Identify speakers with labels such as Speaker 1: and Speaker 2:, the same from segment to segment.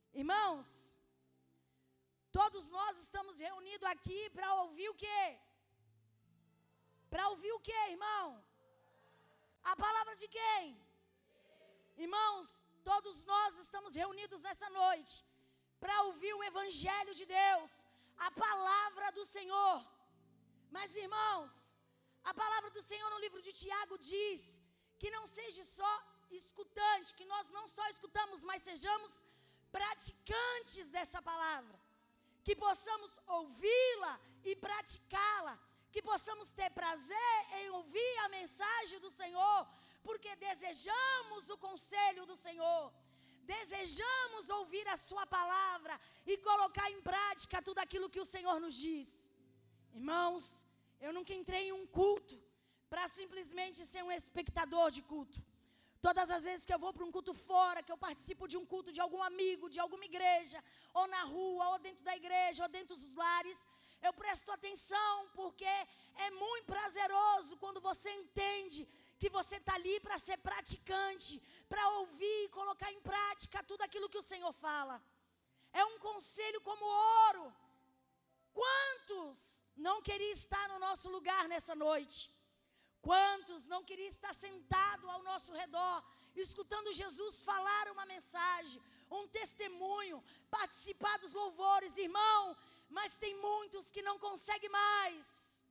Speaker 1: Irmãos, todos nós estamos reunidos aqui para ouvir o quê? Para ouvir o quê, irmão? A palavra de quem? Irmãos, todos nós estamos reunidos nessa noite para ouvir o Evangelho de Deus, a palavra do Senhor. Mas, irmãos, a palavra do Senhor no livro de Tiago diz que não seja só escutante, que nós não só escutamos, mas sejamos praticantes dessa palavra, que possamos ouvi-la e praticá-la, que possamos ter prazer em ouvir a mensagem do Senhor, porque desejamos o conselho do Senhor, desejamos ouvir a sua palavra e colocar em prática tudo aquilo que o Senhor nos diz. Irmãos, eu nunca entrei em um culto para simplesmente ser um espectador de culto. Todas as vezes que eu vou para um culto fora, que eu participo de um culto de algum amigo, de alguma igreja, ou na rua, ou dentro da igreja, ou dentro dos lares, eu presto atenção, porque é muito prazeroso quando você entende que você está ali para ser praticante, para ouvir e colocar em prática tudo aquilo que o Senhor fala. É um conselho como ouro. Quantos não queriam estar no nosso lugar nessa noite? Quantos não queriam estar sentado ao nosso redor, escutando Jesus falar uma mensagem, um testemunho, participar dos louvores, irmão? Mas tem muitos que não conseguem mais.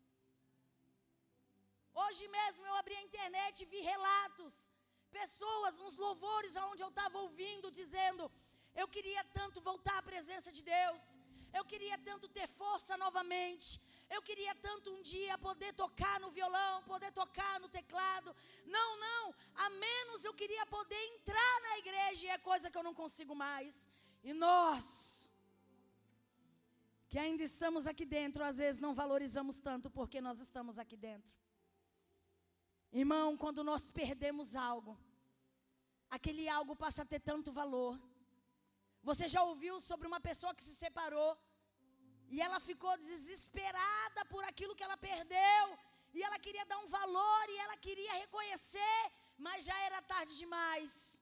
Speaker 1: Hoje mesmo eu abri a internet e vi relatos, pessoas nos louvores onde eu estava ouvindo, dizendo: eu queria tanto voltar à presença de Deus, eu queria tanto ter força novamente, eu queria tanto um dia poder tocar no violão, poder tocar no teclado. Não, a menos eu queria poder entrar na igreja, e é coisa que eu não consigo mais. E nós, que ainda estamos aqui dentro, às vezes não valorizamos tanto porque nós estamos aqui dentro. Irmão, quando nós perdemos algo, aquele algo passa a ter tanto valor. Você já ouviu sobre uma pessoa que se separou e ela ficou desesperada por aquilo que ela perdeu, e ela queria dar um valor, e ela queria reconhecer, mas já era tarde demais.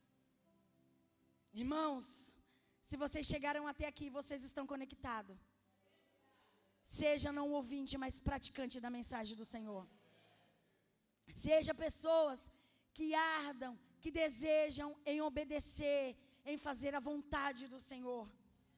Speaker 1: Irmãos, se vocês chegaram até aqui, vocês estão conectados. Seja não ouvinte, mas praticante da mensagem do Senhor. Seja pessoas que ardam, que desejam em obedecer, em fazer a vontade do Senhor.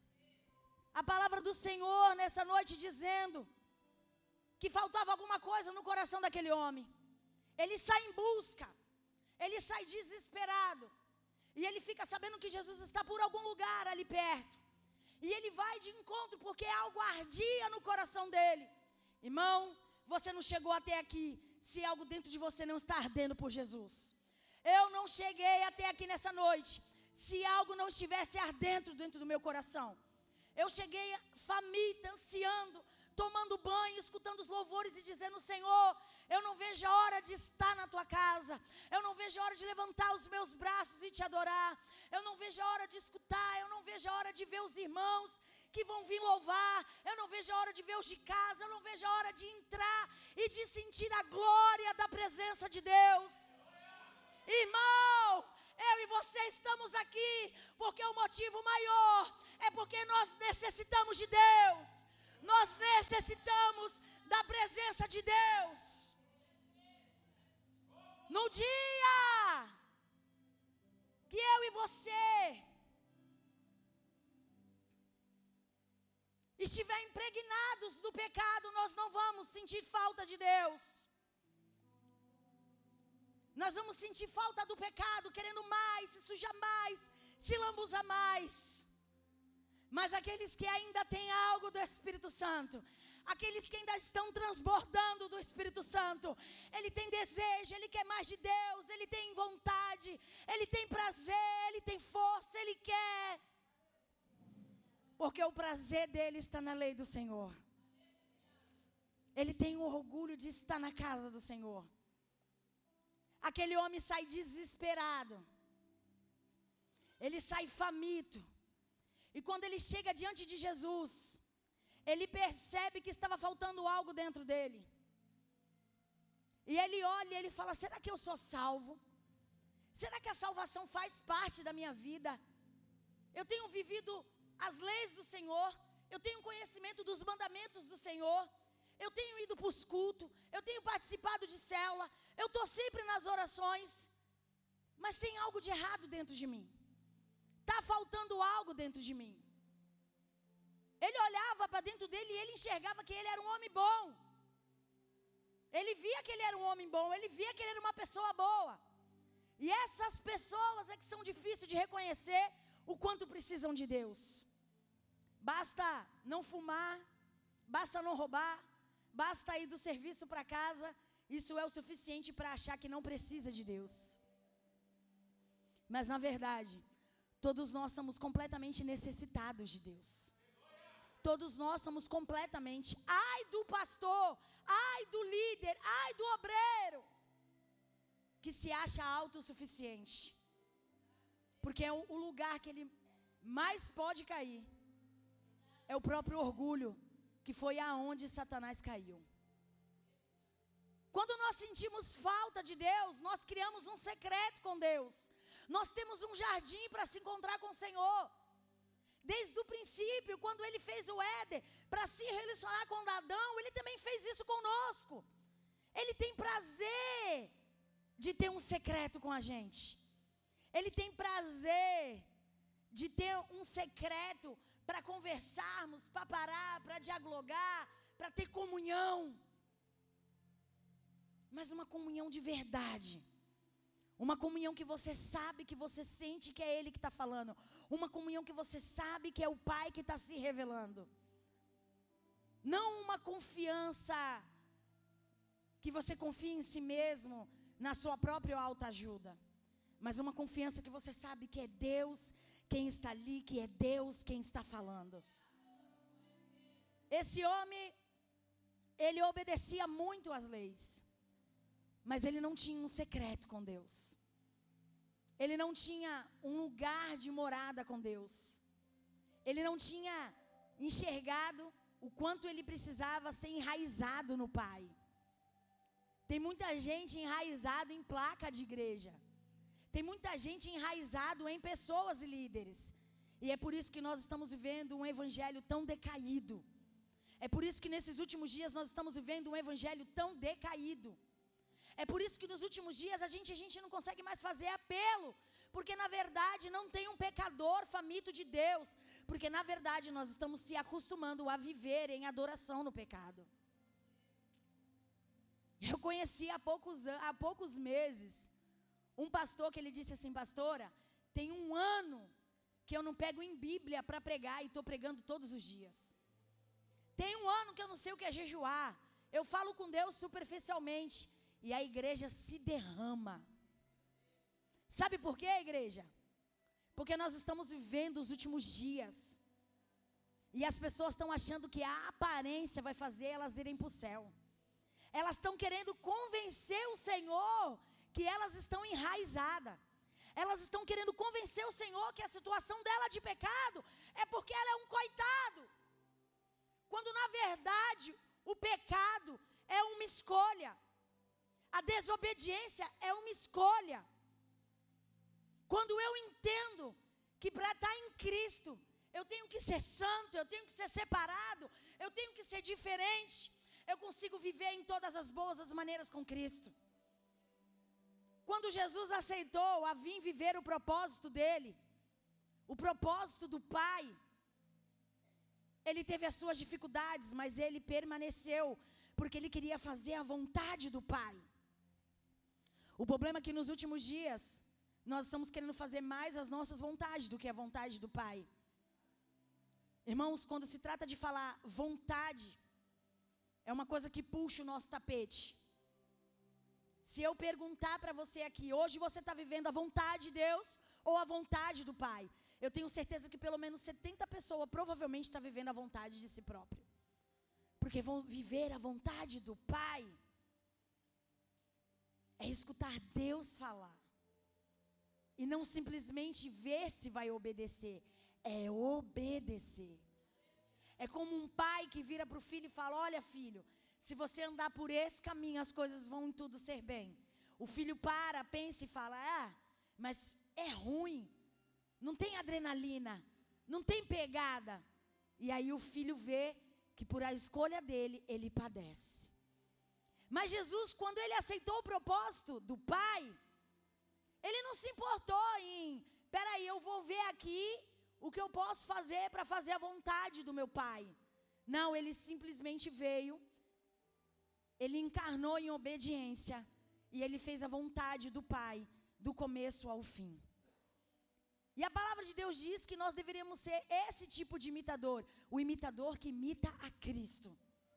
Speaker 1: A palavra do Senhor nessa noite dizendo que faltava alguma coisa no coração daquele homem. Ele sai em busca, ele sai desesperado, e ele fica sabendo que Jesus está por algum lugar ali perto, e ele vai de encontro porque algo ardia no coração dele. Irmão, você não chegou até aqui se algo dentro de você não está ardendo por Jesus. Eu não cheguei até aqui nessa noite se algo não estivesse ardendo dentro do meu coração. Eu cheguei faminta, ansiando, tomando banho, escutando os louvores e dizendo: Senhor, eu não vejo a hora de estar na tua casa, eu não vejo a hora de levantar os meus braços e te adorar, eu não vejo a hora de escutar, eu não vejo a hora de ver os irmãos que vão vir louvar, eu não vejo a hora de ver os de casa, eu não vejo a hora de entrar e de sentir a glória da presença de Deus. Irmão, eu e você estamos aqui porque o motivo maior é porque nós necessitamos de Deus. Nós necessitamos da presença de Deus. No dia que eu e você estiver impregnados do pecado, nós não vamos sentir falta de Deus. Nós vamos sentir falta do pecado, querendo mais, se sujar mais, se lambuzar mais. Mas aqueles que ainda têm algo do Espírito Santo, aqueles que ainda estão transbordando do Espírito Santo, ele tem desejo, ele quer mais de Deus, ele tem vontade, ele tem prazer, ele tem força, ele quer. Porque o prazer dele está na lei do Senhor. Ele tem o orgulho de estar na casa do Senhor. Aquele homem sai desesperado. Ele sai faminto. E quando ele chega diante de Jesus, ele percebe que estava faltando algo dentro dele. E ele olha e ele fala: será que eu sou salvo? Será que a salvação faz parte da minha vida? eu tenho vivido as leis do Senhor, eu tenho conhecimento dos mandamentos do Senhor, eu tenho ido para os cultos, eu tenho participado de célula, eu estou sempre nas orações, mas tem algo de errado dentro de mim. Está faltando algo dentro de mim. Ele olhava para dentro dele e ele enxergava que ele era um homem bom. Ele via que ele era um homem bom, ele via que ele era uma pessoa boa. E essas pessoas é que são difíceis de reconhecer o quanto precisam de Deus. Basta não fumar, basta não roubar, basta ir do serviço para casa, isso é o suficiente para achar que não precisa de Deus. Mas na verdade, todos nós somos completamente necessitados de Deus. Todos nós somos completamente. Ai do pastor, ai do líder, ai do obreiro, que se acha autossuficiente. Porque é o lugar que ele mais pode cair. É o próprio orgulho, que foi aonde Satanás caiu. Quando nós sentimos falta de Deus, nós criamos um secreto com Deus. Nós temos um jardim para se encontrar com o Senhor. Desde o princípio, quando Ele fez o Éden, para se relacionar com Adão, Ele também fez isso conosco. Ele tem prazer de ter um secreto com a gente. Ele tem prazer de ter um secreto para conversarmos, para parar, para dialogar, para ter comunhão. Mas uma comunhão de verdade. Uma comunhão que você sabe, que você sente que é Ele que está falando. Uma comunhão que você sabe que é o Pai que está se revelando. Não uma confiança que você confia em si mesmo, na sua própria autoajuda. Mas uma confiança que você sabe que é Deus quem está ali, que é Deus quem está falando. Esse homem, ele obedecia muito às leis. Mas ele não tinha um secreto com Deus. Ele não tinha um lugar de morada com Deus. Ele não tinha enxergado o quanto ele precisava ser enraizado no Pai. Tem muita gente enraizada em placa de igreja. Tem muita gente enraizado em pessoas e líderes. E é por isso que nós estamos vivendo um evangelho tão decaído. É por isso que nesses últimos dias nós estamos vivendo um evangelho tão decaído. É por isso que nos últimos dias a gente não consegue mais fazer apelo. Porque na verdade não tem um pecador faminto de Deus. Porque na verdade nós estamos se acostumando a viver em adoração no pecado. Eu conheci há poucos meses um pastor que ele disse assim: pastora, tem um ano que eu não pego em Bíblia para pregar e estou pregando todos os dias. Tem um ano que eu não sei o que é jejuar. Eu falo com Deus superficialmente. E a igreja se derrama. Sabe por quê, igreja? Porque nós estamos vivendo os últimos dias. E as pessoas estão achando que a aparência vai fazer elas irem para o céu. Elas estão querendo convencer o Senhor que elas estão enraizadas. Elas estão querendo convencer o Senhor que a situação dela de pecado é porque ela é um coitado. Quando na verdade o pecado é uma escolha. A desobediência é uma escolha. Quando eu entendo que para estar em Cristo, eu tenho que ser santo, eu tenho que ser separado, eu tenho que ser diferente, eu consigo viver em todas as boas as maneiras com Cristo. Quando Jesus aceitou a vir viver o propósito dele, o propósito do Pai, ele teve as suas dificuldades, mas ele permaneceu, porque ele queria fazer a vontade do Pai. O problema é que nos últimos dias, nós estamos querendo fazer mais as nossas vontades do que a vontade do Pai. Irmãos, quando se trata de falar vontade, é uma coisa que puxa o nosso tapete. Se eu perguntar para você aqui, hoje você está vivendo a vontade de Deus ou a vontade do Pai? Eu tenho certeza que pelo menos 70 pessoas provavelmente estão vivendo a vontade de si próprio. Porque vão viver a vontade do Pai. É escutar Deus falar. E não simplesmente ver se vai obedecer. É obedecer. É como um pai que vira para o filho e fala: olha, filho, se você andar por esse caminho, as coisas vão em tudo ser bem. O filho para, pensa e fala: ah, mas é ruim. Não tem adrenalina. não tem pegada. E aí o filho vê que por a escolha dele, ele padece. Mas Jesus, quando ele aceitou o propósito do Pai, ele não se importou em, peraí, eu vou ver aqui o que eu posso fazer para fazer a vontade do meu Pai. Não, ele simplesmente veio, ele encarnou em obediência, e ele fez a vontade do Pai, do começo ao fim. E a palavra de Deus diz que nós deveríamos ser esse tipo de imitador, o imitador que imita a Cristo.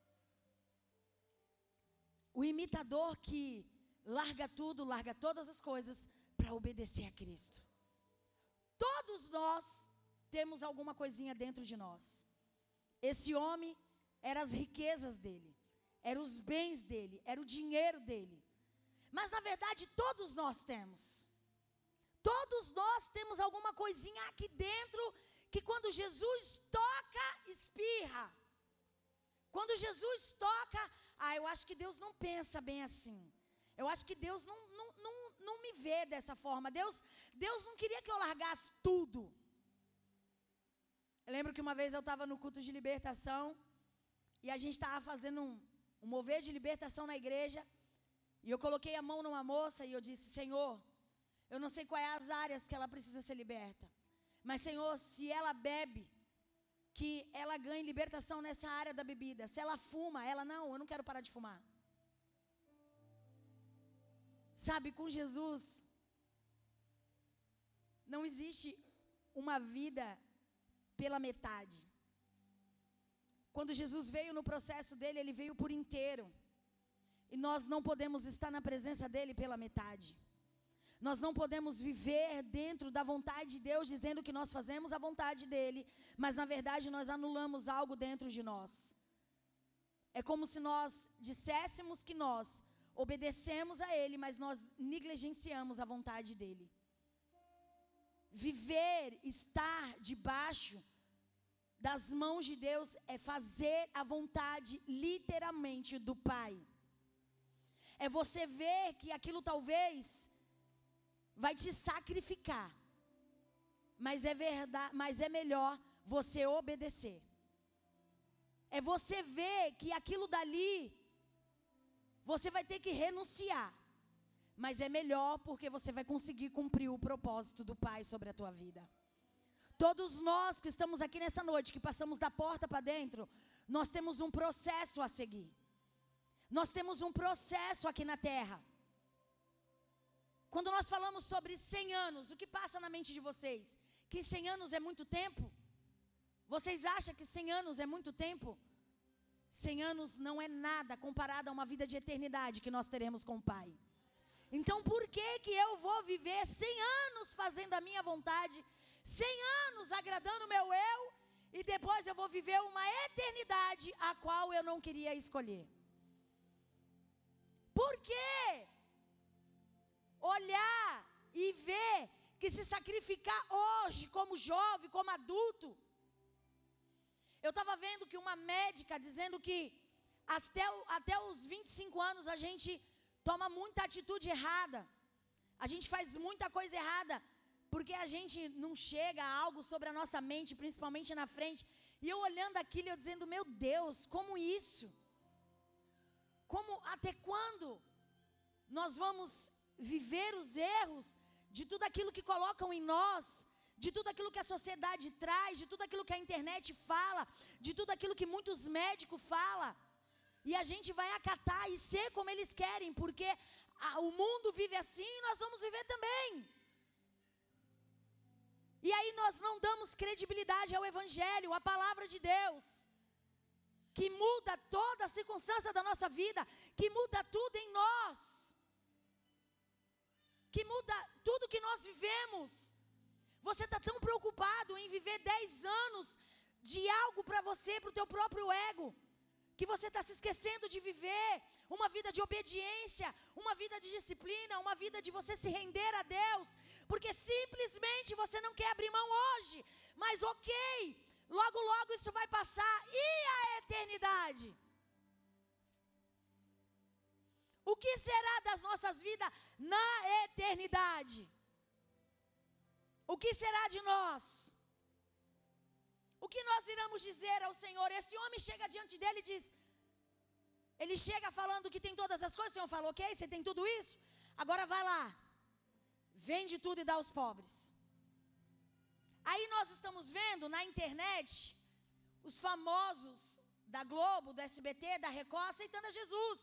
Speaker 1: O imitador que larga tudo, larga todas as coisas para obedecer a Cristo. Todos nós temos alguma coisinha dentro de nós. Esse homem eram as riquezas dele, eram os bens dele, era o dinheiro dele. Mas na verdade todos nós temos. Todos nós temos alguma coisinha aqui dentro que quando Jesus toca, espirra. Quando Jesus toca, eu acho que Deus não pensa bem assim. Eu acho que Deus não me vê dessa forma. Deus não queria que eu largasse tudo. Eu lembro que uma vez eu estava no culto de libertação e a gente estava fazendo um mover de libertação na igreja. E eu coloquei a mão numa moça e eu disse: Senhor, eu não sei quais as áreas que ela precisa ser liberta. Mas Senhor, se ela bebe, que ela ganhe libertação nessa área da bebida. Se ela fuma, eu não quero parar de fumar. Sabe, com Jesus, não existe uma vida pela metade. Quando Jesus veio no processo dele, ele veio por inteiro. E nós não podemos estar na presença dele pela metade. Nós não podemos viver dentro da vontade de Deus, dizendo que nós fazemos a vontade dele, mas na verdade nós anulamos algo dentro de nós. É como se nós disséssemos que nós obedecemos a ele, mas nós negligenciamos a vontade dele. Viver, estar debaixo das mãos de Deus é fazer a vontade literalmente do Pai. É você ver que aquilo talvez vai te sacrificar, mas é verdade, mas é melhor você obedecer. É você ver que aquilo dali você vai ter que renunciar, mas é melhor porque você vai conseguir cumprir o propósito do Pai sobre a tua vida. Todos nós que estamos aqui nessa noite, que passamos da porta para dentro, nós temos um processo a seguir. Nós temos um processo aqui na terra. Quando nós falamos sobre 100 anos, o que passa na mente de vocês? Que 100 anos é muito tempo? Vocês acham que 100 anos é muito tempo? 100 anos não é nada comparado a uma vida de eternidade que nós teremos com o Pai. Então por que eu vou viver 100 anos fazendo a minha vontade, 100 anos agradando o meu eu, e depois eu vou viver uma eternidade a qual eu não queria escolher? Por que olhar e ver que se sacrificar hoje como jovem, como adulto? Eu estava vendo que uma médica dizendo que até os 25 anos a gente toma muita atitude errada. A gente faz muita coisa errada, porque a gente não chega a algo sobre a nossa mente, principalmente na frente. E eu olhando aquilo, eu dizendo: meu Deus, como isso? Até quando nós vamos viver os erros de tudo aquilo que colocam em nós, de tudo aquilo que a sociedade traz, de tudo aquilo que a internet fala, de tudo aquilo que muitos médicos falam, e a gente vai acatar e ser como eles querem, porque o mundo vive assim e nós vamos viver também. E aí nós não damos credibilidade ao Evangelho, à palavra de Deus, que muda toda a circunstância da nossa vida, que muda tudo em nós, que muda tudo que nós vivemos. Você está tão preocupado em viver 10 anos de algo para você, para o teu próprio ego, que você está se esquecendo de viver uma vida de obediência, uma vida de disciplina, uma vida de você se render a Deus, porque simplesmente você não quer abrir mão hoje, mas ok, logo logo isso vai passar. E a eternidade? O que será das nossas vidas na eternidade? O que será de nós? nós iremos dizer ao Senhor? Esse homem chega diante dele e diz, ele chega falando que tem todas as coisas. O Senhor falou, ok, você tem tudo isso? Agora vai lá, vende tudo e dá aos pobres. Aí nós estamos vendo na internet os famosos da Globo, do SBT, da Record, aceitando a Jesus.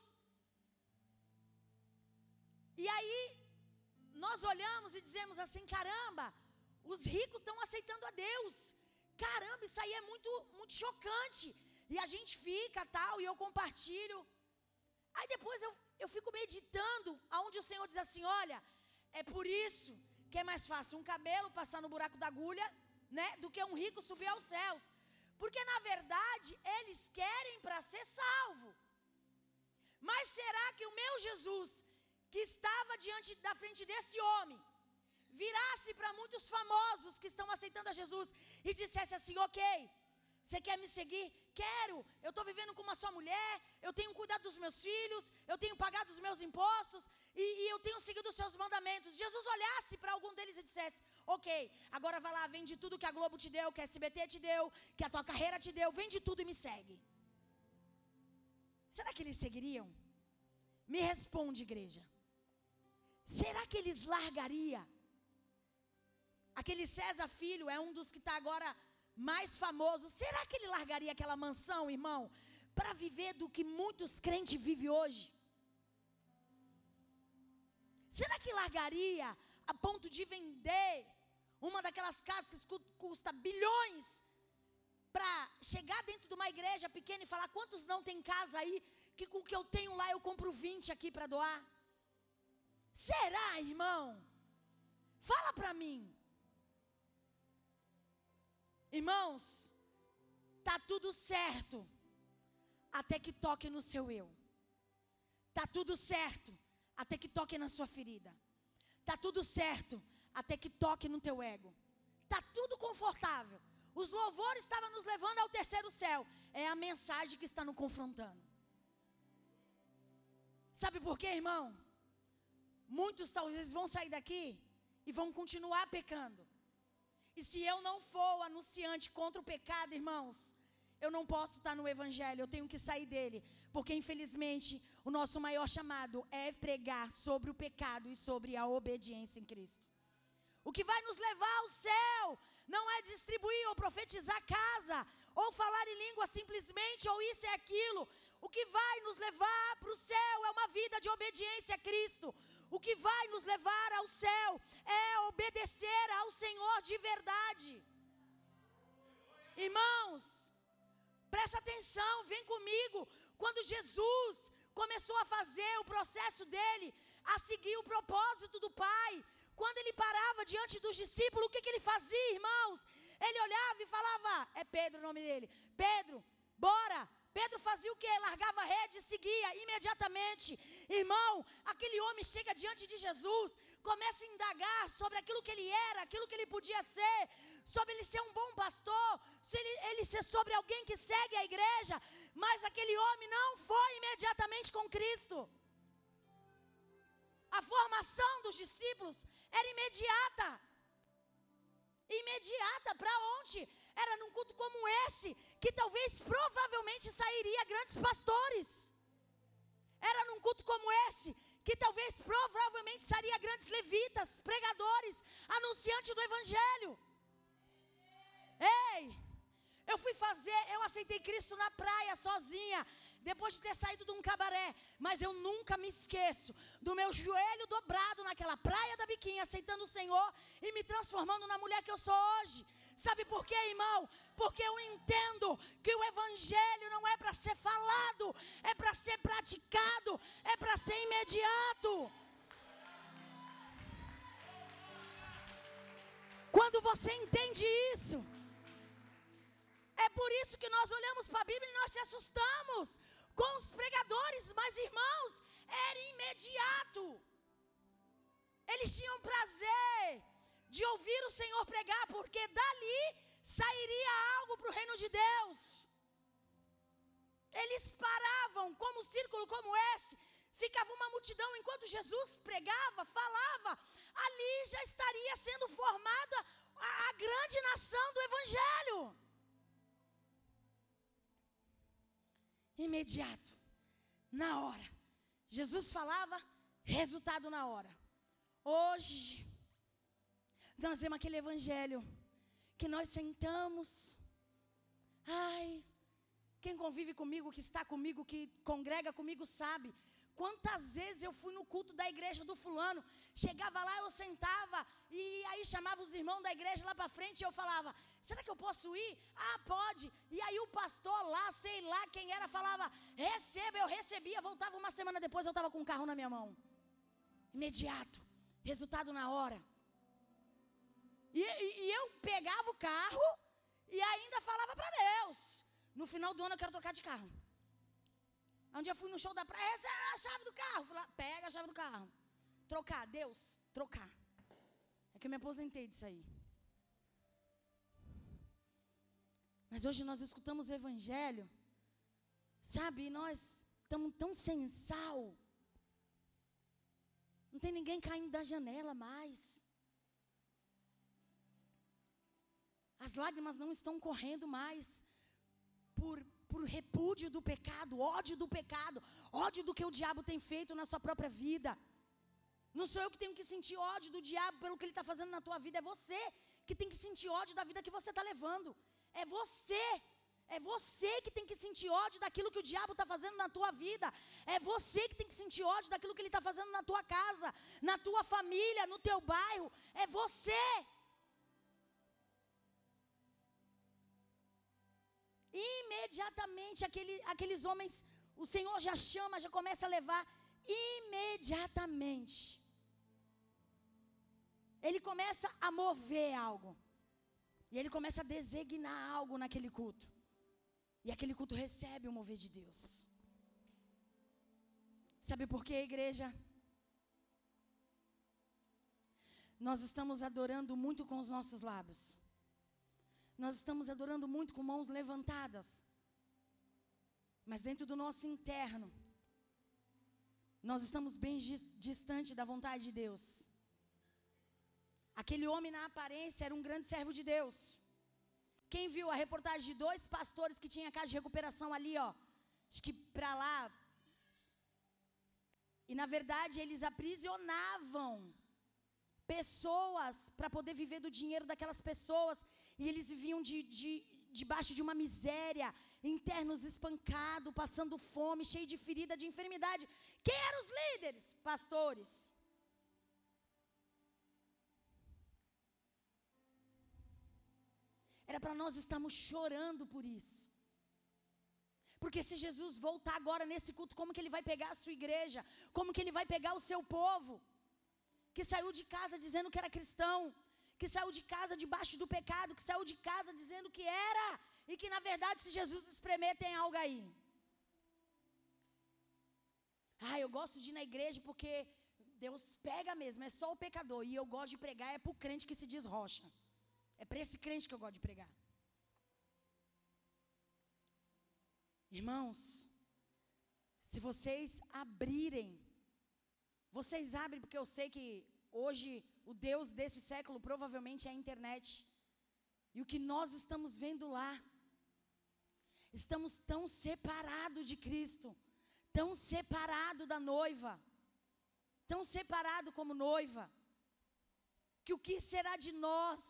Speaker 1: E aí nós olhamos e dizemos assim, caramba, os ricos estão aceitando a Deus. Caramba, isso aí é muito, muito chocante. E a gente fica tal, e eu compartilho. Aí depois eu fico meditando, aonde o Senhor diz assim, olha, é por isso que é mais fácil um camelo passar no buraco da agulha, né, do que um rico subir aos céus. Porque na verdade, eles querem para ser salvo. Mas será que o meu Jesus, que estava diante da frente desse homem, virasse para muitos famosos que estão aceitando a Jesus e dissesse assim, ok, você quer me seguir? Quero, eu estou vivendo com uma só mulher, eu tenho cuidado dos meus filhos, eu tenho pagado os meus impostos e eu tenho seguido os seus mandamentos. Jesus olhasse para algum deles e dissesse, ok, agora vai lá, vende tudo que a Globo te deu, que a SBT te deu, que a tua carreira te deu, vende tudo e me segue. Será que eles seguiriam? Me responde, igreja. Será que eles largariam? Aquele César Filho é um dos que está agora mais famoso. Será que ele largaria aquela mansão, irmão, para viver do que muitos crentes vivem hoje? Será que largaria a ponto de vender uma daquelas casas que custa bilhões para chegar dentro de uma igreja pequena e falar, quantos não tem casa aí, que com o que eu tenho lá eu compro 20 aqui para doar? Será, irmão? Fala para mim. Irmãos, tá tudo certo até que toque no seu eu. Tá tudo certo até que toque na sua ferida. Tá tudo certo até que toque no teu ego. Tá tudo confortável. Os louvores estavam nos levando ao terceiro céu. É a mensagem que está nos confrontando. Sabe por quê, irmão? Muitos talvez vão sair daqui e vão continuar pecando. E se eu não for o anunciante contra o pecado, irmãos, eu não posso estar no evangelho, eu tenho que sair dele. Porque infelizmente o nosso maior chamado é pregar sobre o pecado e sobre a obediência em Cristo. O que vai nos levar ao céu não é distribuir ou profetizar casa, ou falar em língua simplesmente, ou isso é aquilo. O que vai nos levar para o céu é uma vida de obediência a Cristo. O que vai nos levar ao céu é obedecer ao Senhor de verdade. Irmãos, presta atenção, vem comigo. Quando Jesus começou a fazer o processo dele, a seguir o propósito do Pai, quando ele parava diante dos discípulos, o que ele fazia, irmãos? Ele olhava e falava, é Pedro o nome dele, Pedro, bora. Pedro fazia o quê? Largava a rede e seguia imediatamente. Irmão, aquele homem chega diante de Jesus, começa a indagar sobre aquilo que ele era, aquilo que ele podia ser, sobre ele ser um bom pastor, ele ser sobre alguém que segue a igreja, mas aquele homem não foi imediatamente com Cristo. A formação dos discípulos era imediata. Imediata, para onde? Era num culto como esse, que talvez provavelmente sairia grandes pastores. Era num culto como esse, que talvez provavelmente sairia grandes levitas, pregadores, anunciantes do evangelho. Ei, eu aceitei Cristo na praia sozinha, depois de ter saído de um cabaré, mas eu nunca me esqueço do meu joelho dobrado naquela praia da Biquinha, aceitando o Senhor e me transformando na mulher que eu sou hoje. Sabe por quê, irmão? Porque eu entendo que o evangelho não é para ser falado, é para ser praticado, é para ser imediato. Quando você entende isso, é por isso que nós olhamos para a Bíblia e nós se assustamos com os pregadores, mas irmãos, era imediato. Eles tinham prazer de ouvir o Senhor pregar, porque dali sairia algo para o reino de Deus. Eles paravam como um círculo como esse, ficava uma multidão enquanto Jesus pregava, falava, ali já estaria sendo formada a grande nação do evangelho. imediato, na hora. Jesus falava, resultado na hora. Hoje, nós vemos aquele evangelho que nós sentamos. Ai, quem convive comigo, que está comigo, que congrega comigo sabe. Quantas vezes eu fui no culto da igreja do fulano, chegava lá, eu sentava, e aí chamava os irmãos da igreja lá para frente, e eu falava, será que eu posso ir? Ah, pode. E aí o pastor lá, sei lá quem era, falava, receba, eu recebia, voltava uma semana depois, eu estava com o carro na minha mão. Imediato, resultado na hora. E eu pegava o carro, e ainda falava para Deus, no final do ano eu quero trocar de carro. Um dia eu fui no show da praia, essa é a chave do carro. Fui lá, pega a chave do carro. Trocar, Deus, trocar. É que eu me aposentei disso aí. Mas hoje nós escutamos o evangelho, sabe, e nós estamos tão sem sal. Não tem ninguém caindo da janela mais. As lágrimas não estão correndo mais por repúdio do pecado, ódio do pecado, ódio do que o diabo tem feito na sua própria vida. Não sou eu que tenho que sentir ódio do diabo pelo que ele está fazendo na tua vida, é você que tem que sentir ódio da vida que você está levando. É você que tem que sentir ódio daquilo que o diabo está fazendo na tua vida. É você que tem que sentir ódio daquilo que ele está fazendo na tua casa, na tua família, no teu bairro. É você. Imediatamente aqueles homens, o Senhor já chama, já começa a levar. Imediatamente Ele começa a mover algo. E Ele começa a designar algo naquele culto. E aquele culto recebe o mover de Deus. Sabe por quê, igreja? Nós estamos adorando muito com os nossos lábios. Nós estamos adorando muito com mãos levantadas. Mas dentro do nosso interno, nós estamos bem distante da vontade de Deus. Aquele homem na aparência era um grande servo de Deus. Quem viu a reportagem de 2 pastores que tinham casa de recuperação ali, ó, acho que para lá. E na verdade eles aprisionavam pessoas para poder viver do dinheiro daquelas pessoas. E eles viviam debaixo de uma miséria, internos espancados, passando fome, cheio de ferida, de enfermidade. Quem eram os líderes? Pastores. Era para nós estarmos chorando por isso. Porque se Jesus voltar agora nesse culto, como que Ele vai pegar a sua igreja? Como que Ele vai pegar o seu povo? Que saiu de casa dizendo que era cristão, que saiu de casa debaixo do pecado, que saiu de casa dizendo que era, e que na verdade se Jesus espremer tem algo aí. Eu gosto de ir na igreja porque Deus pega mesmo, é só o pecador. E eu gosto de pregar é para o crente que se diz rocha. É para esse crente que eu gosto de pregar. Irmãos, se vocês abrirem, vocês abrem, porque eu sei que hoje o Deus desse século provavelmente é a internet. E o que nós estamos vendo lá, estamos tão separados de Cristo, tão separados da noiva, tão separados como noiva, que o que será de nós?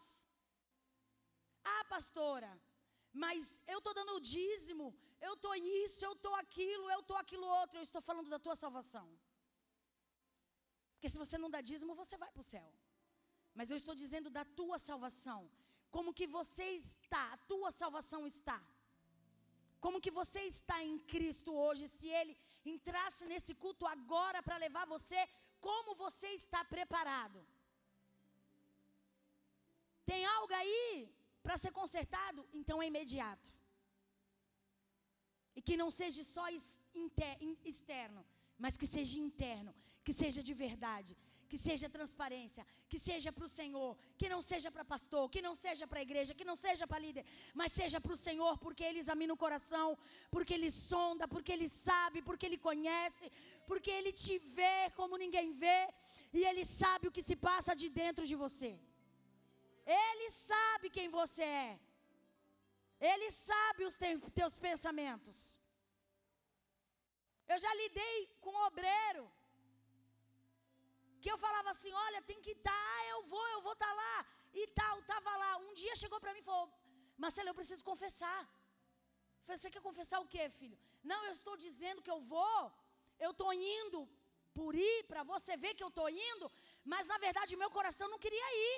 Speaker 1: Pastora, mas eu estou dando o dízimo, eu estou isso, eu estou aquilo outro. Eu estou falando da tua salvação. Porque se você não dá dízimo, você vai para o céu. Mas eu estou dizendo da tua salvação. Como que você está, a tua salvação está. Como que você está em Cristo hoje. Se Ele entrasse nesse culto agora para levar você, como você está preparado? Tem algo aí para ser consertado? Então é imediato. E que não seja só externo, mas que seja interno, que seja de verdade, que seja transparência, que seja para o Senhor, que não seja para pastor, que não seja para a igreja, que não seja para líder, mas seja para o Senhor, porque Ele examina o coração, porque Ele sonda, porque Ele sabe, porque Ele conhece, porque Ele te vê como ninguém vê, e Ele sabe o que se passa de dentro de você. Ele sabe quem você é. Ele sabe os teus pensamentos. Eu já lidei com obreiro. Que eu falava assim, olha, tem que estar, eu vou estar lá. E tal, estava lá. Um dia chegou para mim e falou, Marcelo, eu preciso confessar. Eu falei, você quer confessar o quê, filho? Não, eu estou dizendo que eu vou. Eu estou indo por ir, para você ver que eu estou indo. Mas na verdade meu coração não queria ir.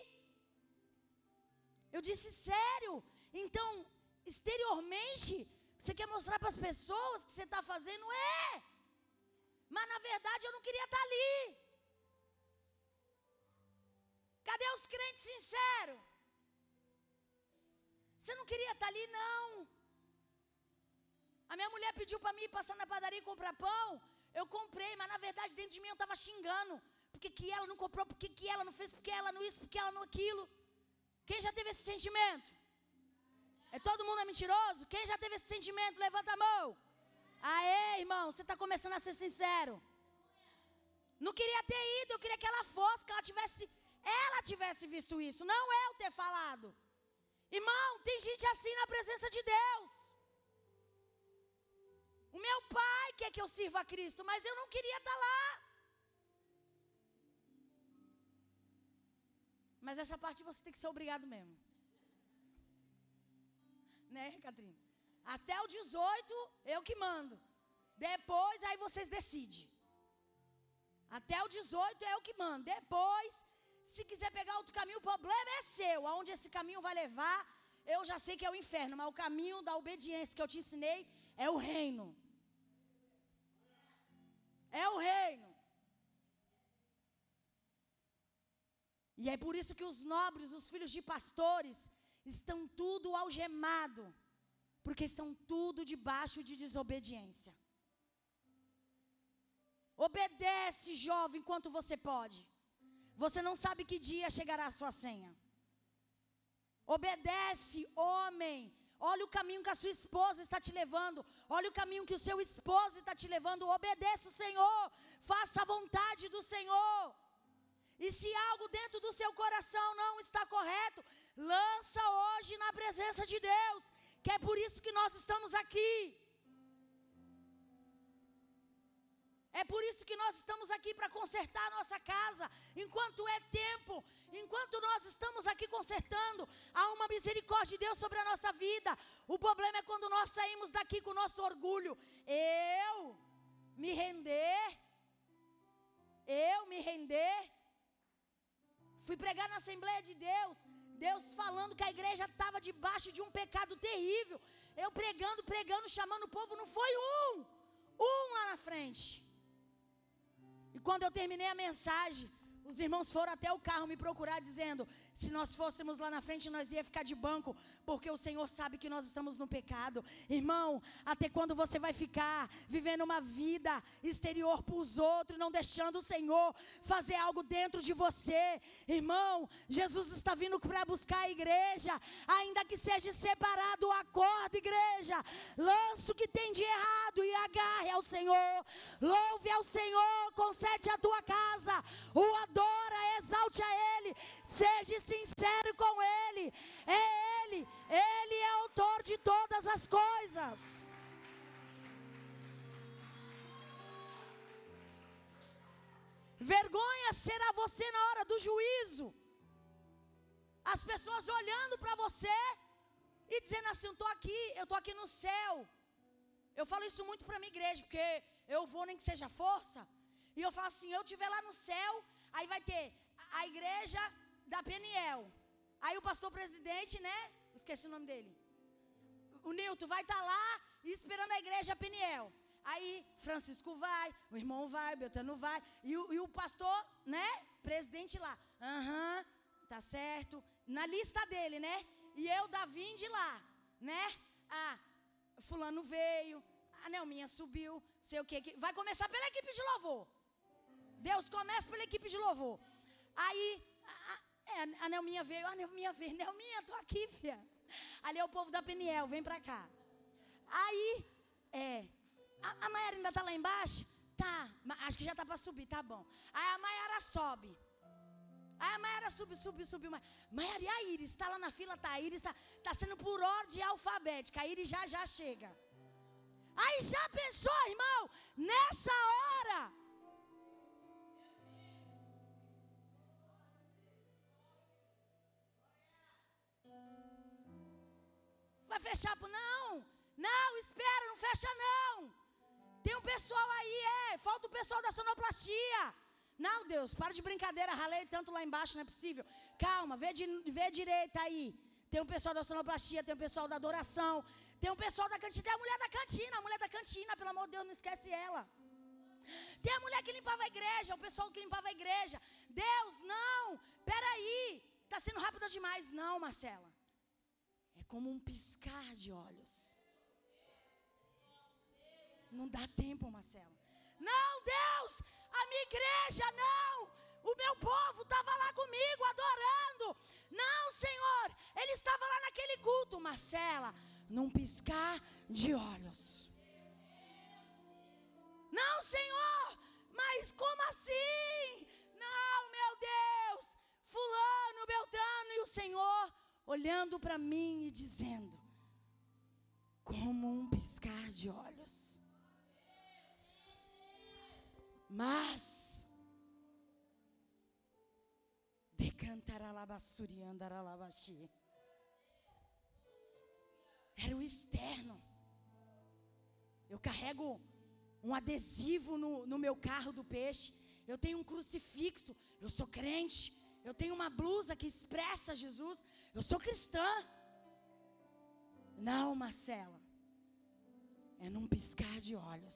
Speaker 1: Eu disse, sério? Então, exteriormente, você quer mostrar para as pessoas que você está fazendo? Mas na verdade eu não queria estar ali. Cadê os crentes sinceros? Você não queria estar ali, não. A minha mulher pediu para mim ir passar na padaria e comprar pão. Eu comprei, mas na verdade dentro de mim eu estava xingando. Por que ela não comprou? Por que ela não fez? Por que ela não isso? Por que ela não aquilo? Quem já teve esse sentimento? É todo mundo mentiroso? Quem já teve esse sentimento? Levanta a mão. Aê, irmão, você está começando a ser sincero. Não queria ter ido, eu queria que ela fosse, que ela tivesse visto isso, não eu ter falado. Irmão, tem gente assim na presença de Deus. O meu pai quer que eu sirva a Cristo, mas eu não queria estar lá. Mas essa parte você tem que ser obrigado mesmo. Né, Catrina? Até o 18, eu que mando. Depois, aí vocês decidem. Até o 18 é eu que mando. Depois, se quiser pegar outro caminho, o problema é seu. Aonde esse caminho vai levar, eu já sei que é o inferno. Mas o caminho da obediência que eu te ensinei é o reino. É o reino. E é por isso que os nobres, os filhos de pastores, estão tudo algemado, porque estão tudo debaixo de desobediência. Obedece, jovem, enquanto você pode. Você não sabe que dia chegará a sua senha. Obedece, homem. Olha o caminho que a sua esposa está te levando. Olha o caminho que o seu esposo está te levando. Obedeça o Senhor. Faça a vontade do Senhor. E se algo dentro do seu coração não está correto, lança hoje na presença de Deus. Que é por isso que nós estamos aqui. É por isso que nós estamos aqui para consertar a nossa casa. Enquanto é tempo, enquanto nós estamos aqui consertando, há uma misericórdia de Deus sobre a nossa vida. O problema é quando nós saímos daqui com o nosso orgulho. Eu me render. Fui pregar na Assembleia de Deus. Deus falando que a igreja estava debaixo de um pecado terrível. Eu pregando, chamando o povo. Não foi um lá na frente. E quando eu terminei a mensagem, os irmãos foram até o carro me procurar dizendo, se nós fôssemos lá na frente, nós ia ficar de banco, porque o Senhor sabe que nós estamos no pecado. Irmão, até quando você vai ficar vivendo uma vida exterior para os outros, não deixando o Senhor fazer algo dentro de você? Irmão, Jesus está vindo para buscar a igreja, ainda que seja separado, acorda, igreja, lança o que tem de errado e agarre ao Senhor, louve ao Senhor, conserte a tua casa, o adora, exalte a Ele, seja sincero com Ele, Ele é autor de todas as coisas. Vergonha será você na hora do juízo, as pessoas olhando para você e dizendo assim, eu estou aqui no céu. Eu falo isso muito para a minha igreja, porque eu vou nem que seja força. E eu falo assim, eu estiver lá no céu, aí vai ter a igreja da Peniel. Aí o pastor presidente, né? Esqueci o nome dele. O Nilton vai estar lá esperando a igreja Peniel. Aí Francisco vai, o irmão vai, o Beltrano vai. E o pastor, né? Presidente lá. Tá certo. Na lista dele, né? E eu, Davi, de lá, né? Fulano veio, a Nelminha subiu, sei o que. Vai começar pela equipe de louvor. Deus começa pela equipe de louvor. Aí, a Nelminha veio, Nelminha, tô aqui, filha. Ali é o povo da Peniel, vem pra cá. Aí, a Maiara ainda tá lá embaixo? Tá, acho que já tá pra subir, tá bom. Aí a Maiara sobe. Aí a Maiara subiu. Maiara, e a Iris? Tá lá na fila, tá. A Iris tá sendo por ordem alfabética. A Iris já chega. Aí já pensou, irmão, nessa hora? Vai fechar? Não, espera, não fecha não. Tem um pessoal aí, falta o pessoal da sonoplastia. Não, Deus, para de brincadeira, ralei tanto lá embaixo, não é possível. Calma, vê direita aí. Tem um pessoal da sonoplastia, tem um pessoal da adoração, tem um pessoal da cantina, tem a mulher da cantina, pelo amor de Deus, não esquece ela. Tem a mulher que limpava a igreja, o pessoal que limpava a igreja. Deus, não, peraí, está sendo rápida demais. Não, Marcela, é como um piscar de olhos. Não dá tempo, Marcela. Não, Deus, a minha igreja, não. O meu povo estava lá comigo, adorando. Não, Senhor, ele estava lá naquele culto. Marcela, num piscar de olhos. Não, Senhor, mas como assim? Não, meu Deus, fulano, Beltrano, e o Senhor olhando para mim e dizendo, como um piscar de olhos. Mas era o externo. Eu carrego um adesivo no meu carro do peixe. Eu tenho um crucifixo. Eu sou crente. Eu tenho uma blusa que expressa Jesus. Eu sou cristã. Não, Marcela. É num piscar de olhos.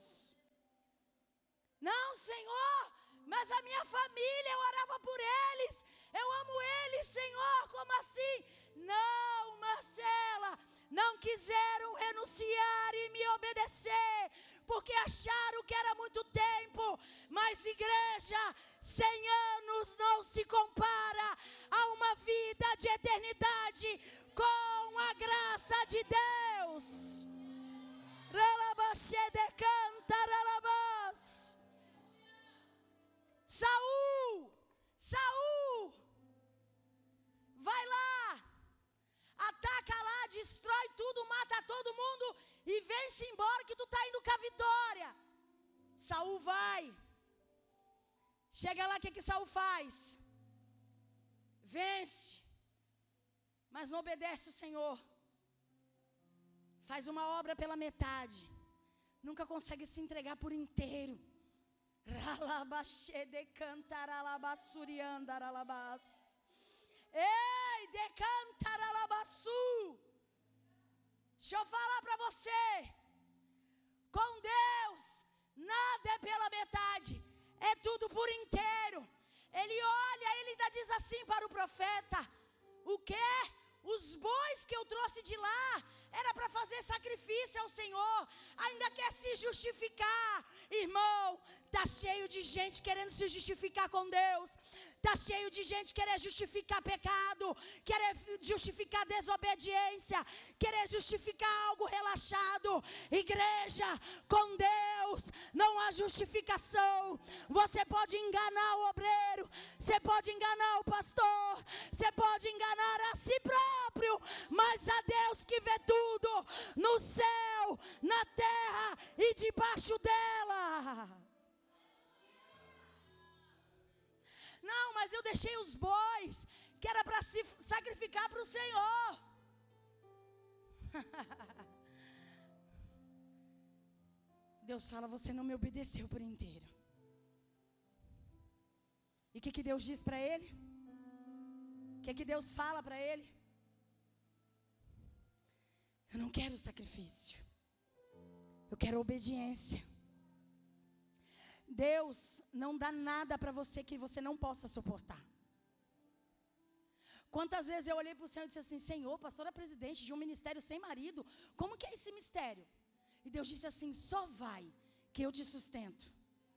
Speaker 1: Não, Senhor, mas a minha família, eu orava por eles. Eu amo eles, Senhor, como assim? Não, Marcela, não quiseram renunciar e me obedecer, porque acharam que era muito tempo. Mas igreja, 100 anos não se compara a uma vida de eternidade com a graça de Deus. Saul, vai lá, ataca lá, destrói tudo, mata todo mundo e vem-se embora que tu está indo com a vitória. Saul vai, chega lá, o que Saul faz? Vence, mas não obedece o Senhor. Faz uma obra pela metade, nunca consegue se entregar por inteiro. Ei, decantaralabassu. Deixa eu falar para você. Com Deus, nada é pela metade, é tudo por inteiro. Ele olha, ele ainda diz assim para o profeta: o quê? Os bois que eu trouxe de lá era para fazer sacrifício ao Senhor. Ainda quer se justificar. Irmão, está cheio de gente querendo se justificar com Deus. Está cheio de gente querer justificar pecado, querer justificar desobediência, querer justificar algo relaxado. Igreja, com Deus não há justificação. Você pode enganar o obreiro, você pode enganar o pastor, você pode enganar a si próprio, mas a Deus que vê tudo, no céu, na terra e debaixo dela. Não, mas eu deixei os bois, que era para se sacrificar para o Senhor. Deus fala, você não me obedeceu por inteiro. E o que Deus diz para ele? O que Deus fala para ele? Eu não quero sacrifício, eu quero obediência. Deus não dá nada para você que você não possa suportar. Quantas vezes eu olhei para o Senhor e disse assim: Senhor, pastora presidente de um ministério sem marido, como que é esse mistério? E Deus disse assim: só vai, que eu te sustento.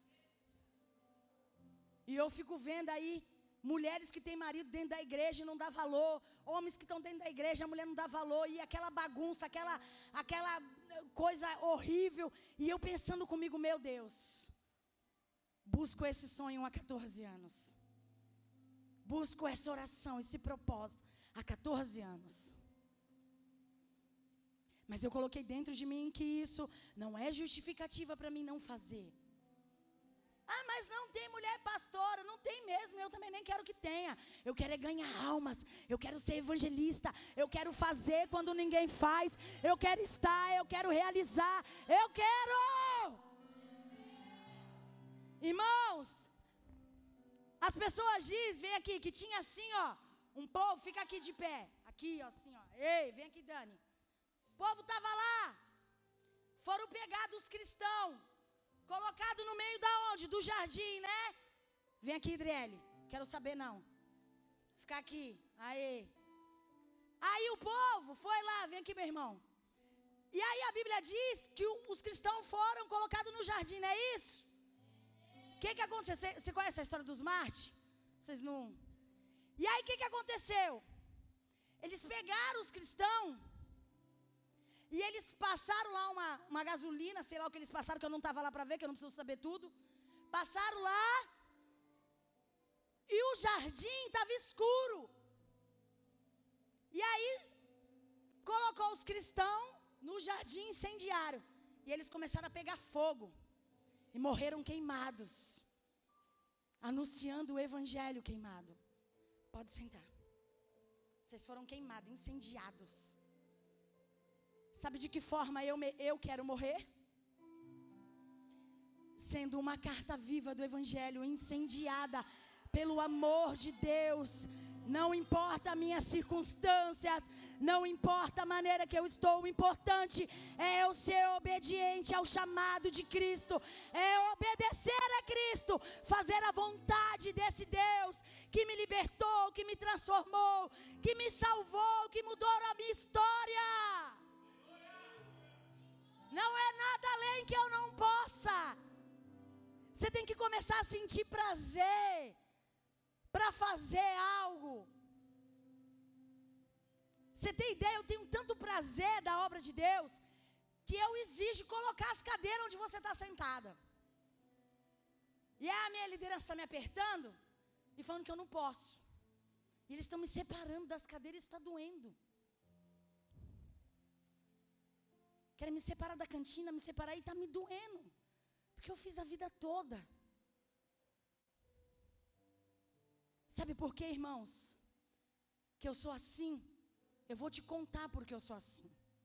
Speaker 1: E eu fico vendo aí mulheres que têm marido dentro da igreja e não dá valor, homens que estão dentro da igreja, a mulher não dá valor, e aquela bagunça, aquela coisa horrível. E eu pensando comigo, meu Deus, busco esse sonho há 14 anos. Busco essa oração, esse propósito há 14 anos. Mas eu coloquei dentro de mim que isso não é justificativa para mim não fazer. Ah, mas não tem mulher pastora. Não tem mesmo, eu também nem quero que tenha. Eu quero é ganhar almas. Eu quero ser evangelista. Eu quero fazer quando ninguém faz. Eu quero estar, eu quero realizar. Eu quero! Irmãos, as pessoas dizem, vem aqui, que tinha assim, ó, um povo, fica aqui de pé. Aqui, ó, assim, ó. Ei, vem aqui, Dani. O povo estava lá. Foram pegados os cristãos. Colocado no meio da onde? Do jardim, né? Vem aqui, Idriele. Quero saber não. Ficar aqui. Aí. Aí o povo foi lá. Vem aqui, meu irmão. E aí a Bíblia diz que os cristãos foram colocados no jardim, não é isso? O que aconteceu? Você conhece a história dos mártires? Vocês não... E aí o que aconteceu? Eles pegaram os cristãos e eles passaram lá uma gasolina, sei lá o que eles passaram, que eu não estava lá para ver, que eu não preciso saber tudo. Passaram lá e o jardim estava escuro. E aí colocou os cristãos no jardim incendiário. E eles começaram a pegar fogo. E morreram queimados. Anunciando o evangelho queimado. Pode sentar. Vocês foram queimados, incendiados. Sabe de que forma eu quero morrer? Sendo uma carta viva do evangelho, incendiada pelo amor de Deus. Não importa as minhas circunstâncias, não importa a maneira que eu estou, o importante é eu ser obediente ao chamado de Cristo, é obedecer a Cristo, fazer a vontade desse Deus que me libertou, que me transformou, que me salvou, que mudou a minha história. Não é nada além que eu não possa. Você tem que começar a sentir prazer para fazer algo. Você tem ideia? Eu tenho tanto prazer da obra de Deus que eu exijo colocar as cadeiras onde você está sentada. E aí a minha liderança está me apertando e falando que eu não posso. E eles estão me separando das cadeiras e isso está doendo. Querem me separar da cantina, me separar e está me doendo. Porque eu fiz a vida toda. Sabe por quê, irmãos? Que eu sou assim. Eu vou te contar porque eu sou assim.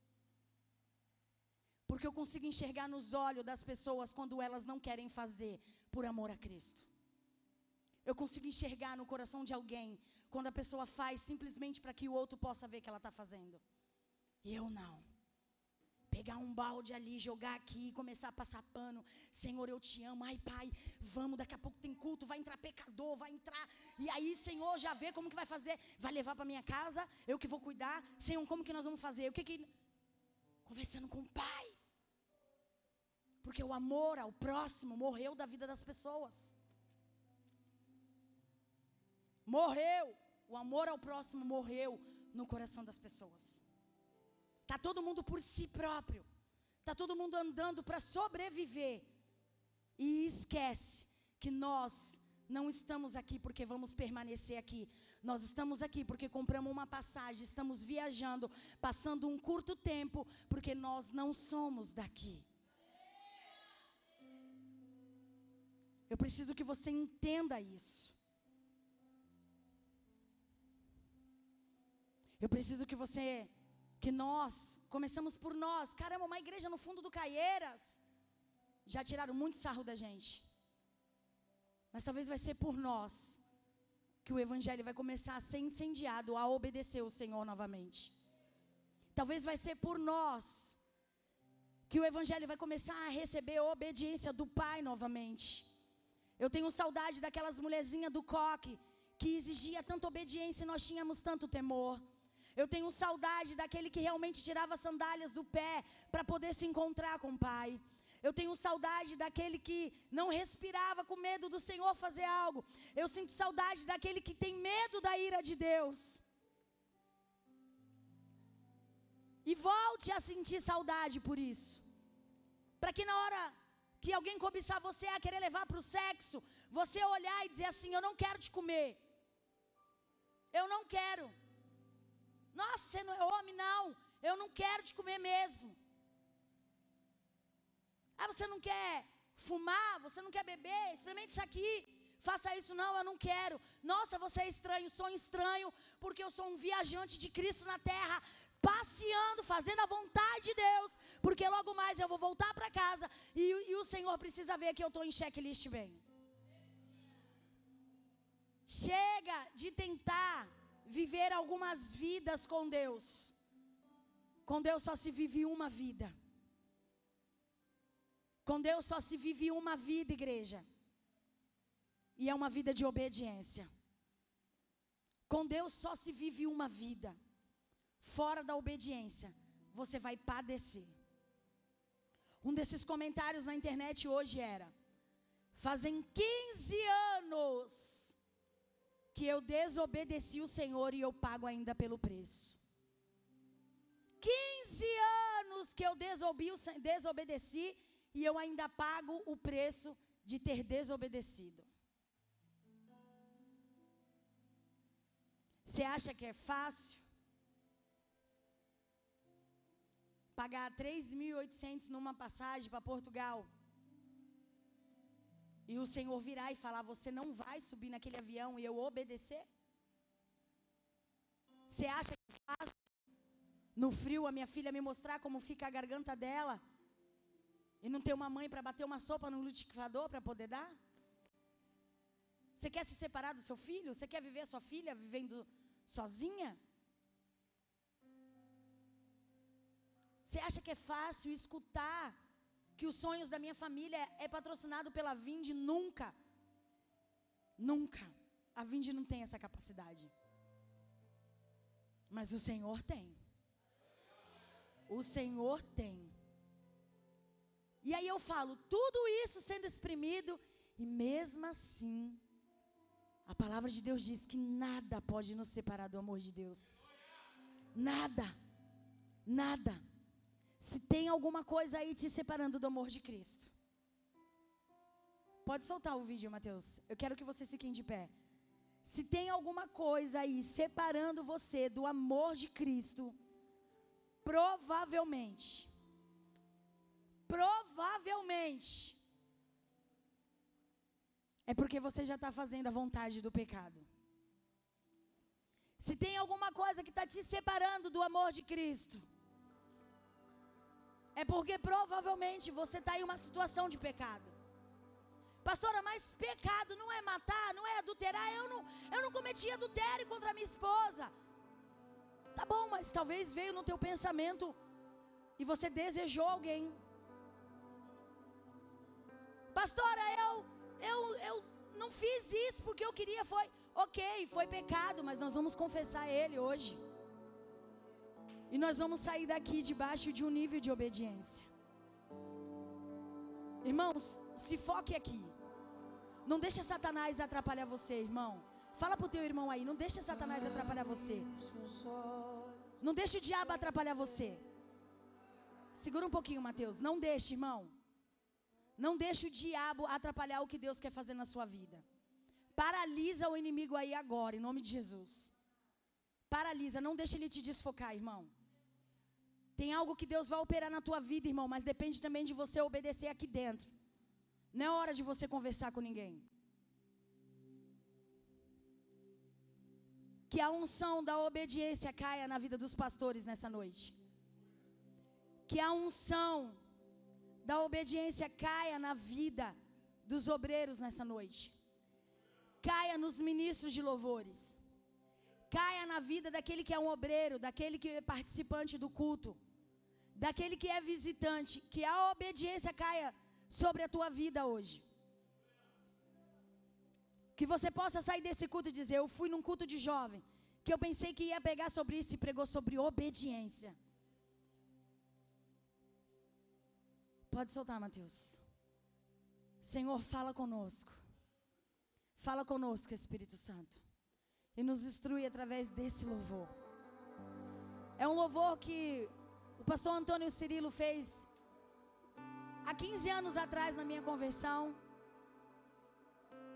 Speaker 1: Porque eu consigo enxergar nos olhos das pessoas quando elas não querem fazer por amor a Cristo. Eu consigo enxergar no coração de alguém quando a pessoa faz simplesmente para que o outro possa ver que ela está fazendo. E eu não. Pegar um balde ali, jogar aqui, começar a passar pano. Senhor, eu te amo. Ai, Pai, vamos, daqui a pouco tem culto, vai entrar pecador, vai entrar. E aí, Senhor, já vê como que vai fazer. Vai levar para minha casa, eu que vou cuidar. Senhor, como que nós vamos fazer? O que... Conversando com o Pai. Porque o amor ao próximo morreu da vida das pessoas. Morreu. O amor ao próximo morreu no coração das pessoas. Está todo mundo por si próprio. Está todo mundo andando para sobreviver. E esquece que nós não estamos aqui porque vamos permanecer aqui. Nós estamos aqui porque compramos uma passagem, estamos viajando, passando um curto tempo, porque nós não somos daqui. Eu preciso que você entenda isso. Eu preciso que nós começamos por nós. Caramba, uma igreja no fundo do Caieiras. Já tiraram muito sarro da gente. Mas talvez vai ser por nós que o evangelho vai começar a ser incendiado, a obedecer o Senhor novamente. Talvez vai ser por nós que o evangelho vai começar a receber a obediência do Pai novamente. Eu tenho saudade daquelas mulherzinhas do coque que exigia tanta obediência e nós tínhamos tanto temor. Eu tenho saudade daquele que realmente tirava as sandálias do pé para poder se encontrar com o Pai. Eu tenho saudade daquele que não respirava com medo do Senhor fazer algo. Eu sinto saudade daquele que tem medo da ira de Deus. E volte a sentir saudade por isso. Para que na hora que alguém cobiçar você a querer levar para o sexo, você olhar e dizer assim: eu não quero te comer. Eu não quero. Nossa, você não é homem, não. eu não quero te comer mesmo. Ah, você não quer fumar, você não quer beber, experimente isso aqui. Faça isso, não, eu não quero. Nossa, você é estranho, sou estranho, porque eu sou um viajante de Cristo na terra, passeando, fazendo a vontade de Deus, porque logo mais eu vou voltar para casa e o Senhor precisa ver que eu estou em checklist bem. Chega de tentar viver algumas vidas com Deus. Com Deus só se vive uma vida. Com Deus só se vive uma vida, igreja. E é uma vida de obediência. Com Deus só se vive uma vida. Fora da obediência, você vai padecer. Um desses comentários na internet hoje era: fazem 15 anos que eu desobedeci o Senhor e eu pago ainda pelo preço. 15 anos que eu desobedeci e eu ainda pago o preço de ter desobedecido. Você acha que é fácil pagar 3.800 numa passagem para Portugal e o Senhor virar e falar: você não vai subir naquele avião e eu obedecer? Você acha que é fácil no frio a minha filha me mostrar como fica a garganta dela e não ter uma mãe para bater uma sopa no liquidificador para poder dar? Você quer se separar do seu filho? Você quer viver sua filha vivendo sozinha? Você acha que é fácil escutar que os sonhos da minha família é patrocinado pela Vinde? Nunca. Nunca. A Vinde não tem essa capacidade. Mas o Senhor tem. O Senhor tem. E aí eu falo, tudo isso sendo exprimido, e mesmo assim, a palavra de Deus diz que nada pode nos separar do amor de Deus. Nada. Nada. Se tem alguma coisa aí te separando do amor de Cristo. Pode soltar o vídeo, Mateus. Eu quero que você fique de pé. Se tem alguma coisa aí separando você do amor de Cristo, provavelmente é porque você já está fazendo a vontade do pecado. Se tem alguma coisa que está te separando do amor de Cristo, é porque provavelmente você está em uma situação de pecado. Pastora, mas pecado não é matar, não é adulterar. Eu não cometi adultério contra a minha esposa. Tá bom, mas talvez veio no teu pensamento e você desejou alguém. Pastora, eu não fiz isso porque eu queria, ok, foi pecado, mas nós vamos confessar ele hoje. E nós vamos sair daqui debaixo de um nível de obediência. Irmãos, se foque aqui. Não deixa Satanás atrapalhar você, irmão. Fala pro teu irmão aí, não deixa Satanás atrapalhar você. Não deixa o diabo atrapalhar você. Segura um pouquinho, Mateus. Não deixe, irmão. Não deixe o diabo atrapalhar o que Deus quer fazer na sua vida. Paralisa o inimigo aí agora, em nome de Jesus. Paralisa, não deixe ele te desfocar, irmão. Tem algo que Deus vai operar na tua vida, irmão, mas depende também de você obedecer aqui dentro. Não é hora de você conversar com ninguém. Que a unção da obediência caia na vida dos pastores nessa noite. Que a unção da obediência caia na vida dos obreiros nessa noite. Caia nos ministros de louvores. Caia na vida daquele que é um obreiro, daquele que é participante do culto, daquele que é visitante. Que a obediência caia sobre a tua vida hoje. Que você possa sair desse culto e dizer: eu fui num culto de jovem, que eu pensei que ia pegar sobre isso e pregou sobre obediência. Pode soltar, Mateus. Senhor, fala conosco. Fala conosco, Espírito Santo. E nos instrui através desse louvor. É um louvor que o pastor Antônio Cirilo fez há 15 anos atrás na minha conversão.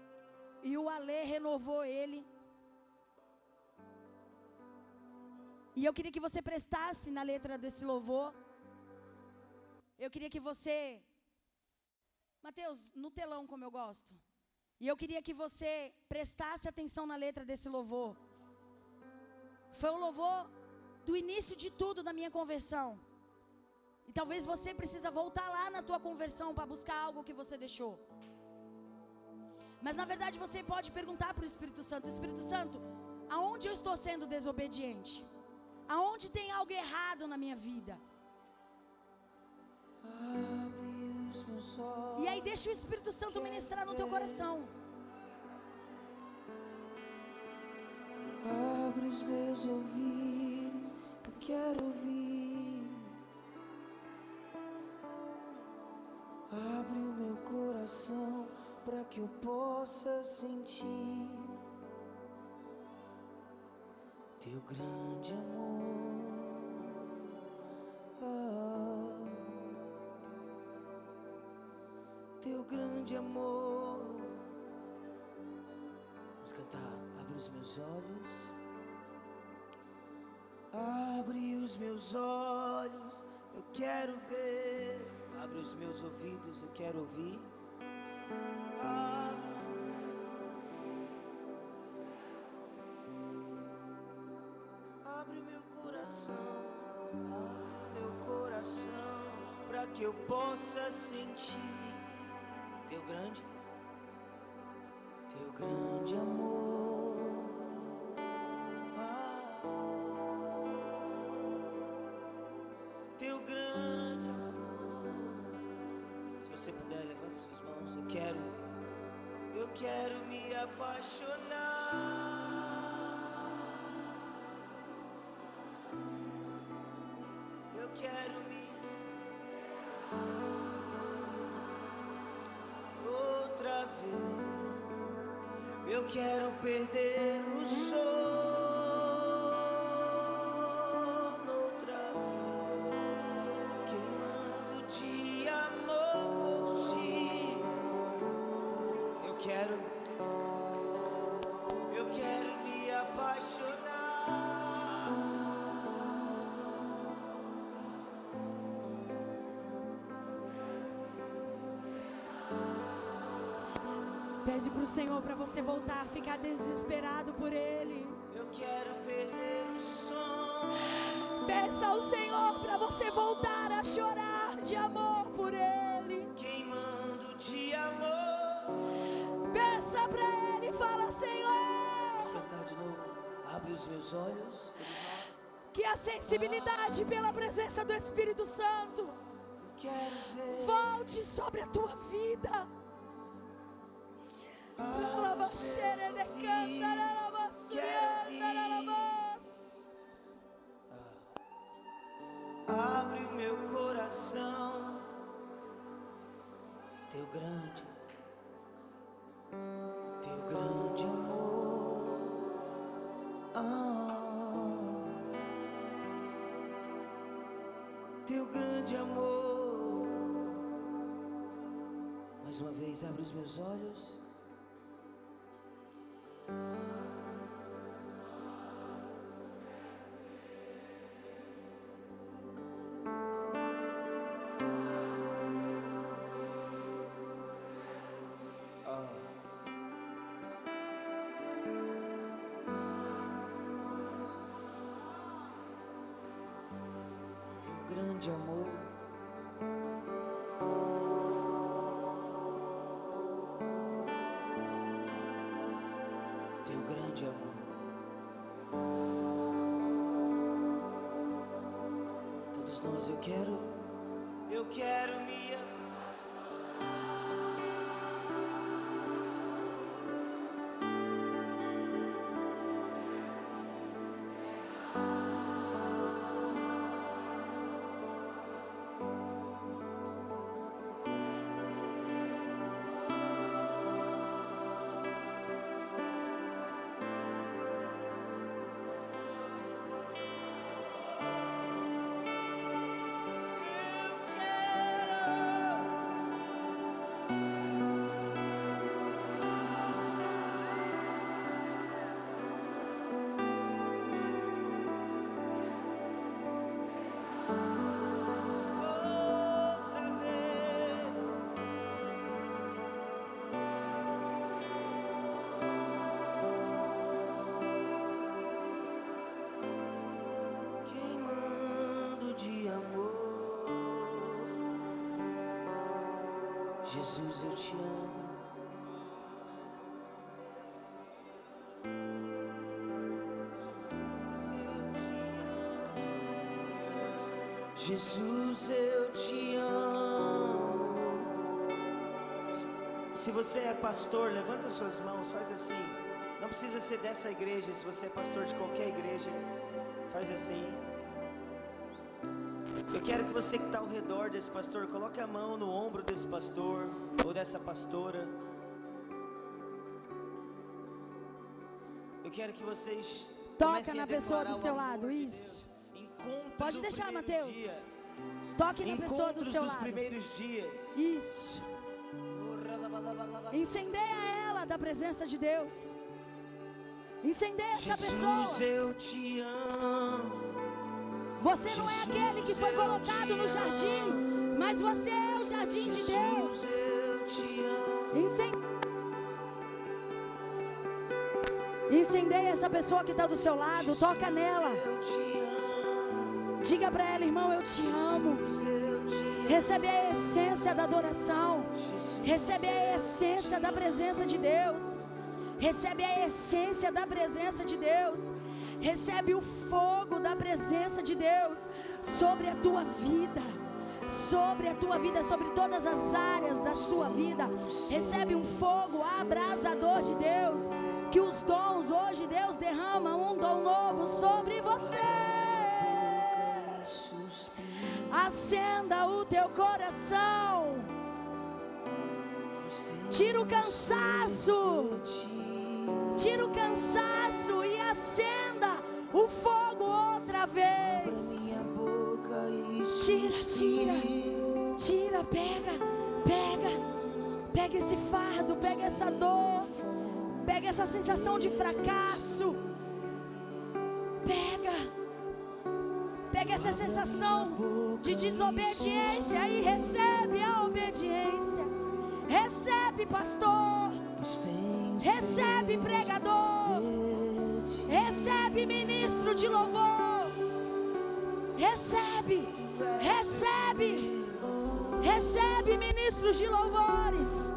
Speaker 1: E o Alê renovou ele. E eu queria que você prestasse na letra desse louvor. Eu queria que você... Mateus, no telão como eu gosto. E eu queria que você prestasse atenção na letra desse louvor. Foi o louvor do início de tudo da minha conversão. E talvez você precisa voltar lá na tua conversão para buscar algo que você deixou. Mas na verdade você pode perguntar para o Espírito Santo: Espírito Santo, aonde eu estou sendo desobediente? Aonde tem algo errado na minha vida? E aí deixa o Espírito Santo ministrar no teu coração.
Speaker 2: Abre os meus ouvidos, eu quero ouvir. Abre o meu coração para que eu possa sentir teu grande amor. Teu grande amor. Vamos cantar. Abre os meus olhos. Abre os meus olhos, eu quero ver. Abre os meus ouvidos, eu quero ouvir. Abre meu coração, para que eu possa sentir teu grande amor. Teu grande amor. Se você puder, levante suas mãos. Eu quero me apaixonar. Eu quero me outra vez. Eu quero perder o sono outra vez, queimando de amor por ti. Eu quero me apaixonar.
Speaker 1: Pede para o Senhor para você voltar a ficar desesperado por Ele.
Speaker 2: Eu quero perder o sono.
Speaker 1: Peça ao Senhor para você voltar a chorar de amor por Ele.
Speaker 2: Queimando de amor.
Speaker 1: Peça para Ele, fala: Senhor.
Speaker 2: Vamos cantar de novo. Abre os meus olhos.
Speaker 1: Que a sensibilidade pela presença do Espírito Santo volte sobre a tua vida.
Speaker 2: Abre o meu coração, teu grande amor. Teu grande amor. Mais uma vez, abre os meus olhos. Grande amor. Teu grande amor. Todos nós, eu quero me Jesus, eu te amo. Jesus, eu te amo. Se você é pastor, levanta suas mãos, faz assim. Não precisa ser dessa igreja, se você é pastor de qualquer igreja, faz assim. Eu quero que você que está ao redor desse pastor, coloque a mão no ombro desse pastor ou dessa pastora. Eu quero que vocês
Speaker 1: toca na pessoa do seu lado, isso. Pode deixar, Mateus. Toque na pessoa do seu lado.
Speaker 2: Primeiros dias.
Speaker 1: Isso. Incendeia ela da presença de Deus. Incendeia essa pessoa.
Speaker 2: Jesus, eu te amo.
Speaker 1: Você não é aquele que foi colocado no jardim, mas você é o jardim de Deus. Incendeia essa pessoa que está do seu lado. Toca nela. Diga para ela, irmão, eu te amo. Recebe a essência da adoração. Recebe a essência da presença de Deus. Recebe a essência da presença de Deus. Recebe o fogo da presença de Deus sobre a tua vida. Sobre a tua vida, sobre todas as áreas da sua vida. Recebe um fogo abrasador de Deus. Que os dons, hoje Deus derrama um dom novo sobre você. Acenda o teu coração. Tira o cansaço. Tira o cansaço e acenda o fogo outra vez. Tira, pega esse fardo, pega essa dor, pega essa sensação de fracasso, pega essa sensação de desobediência e recebe a obediência. Recebe, pastor. Recebe, pregador. Recebe, ministro de louvor. Recebe, ministros de louvores.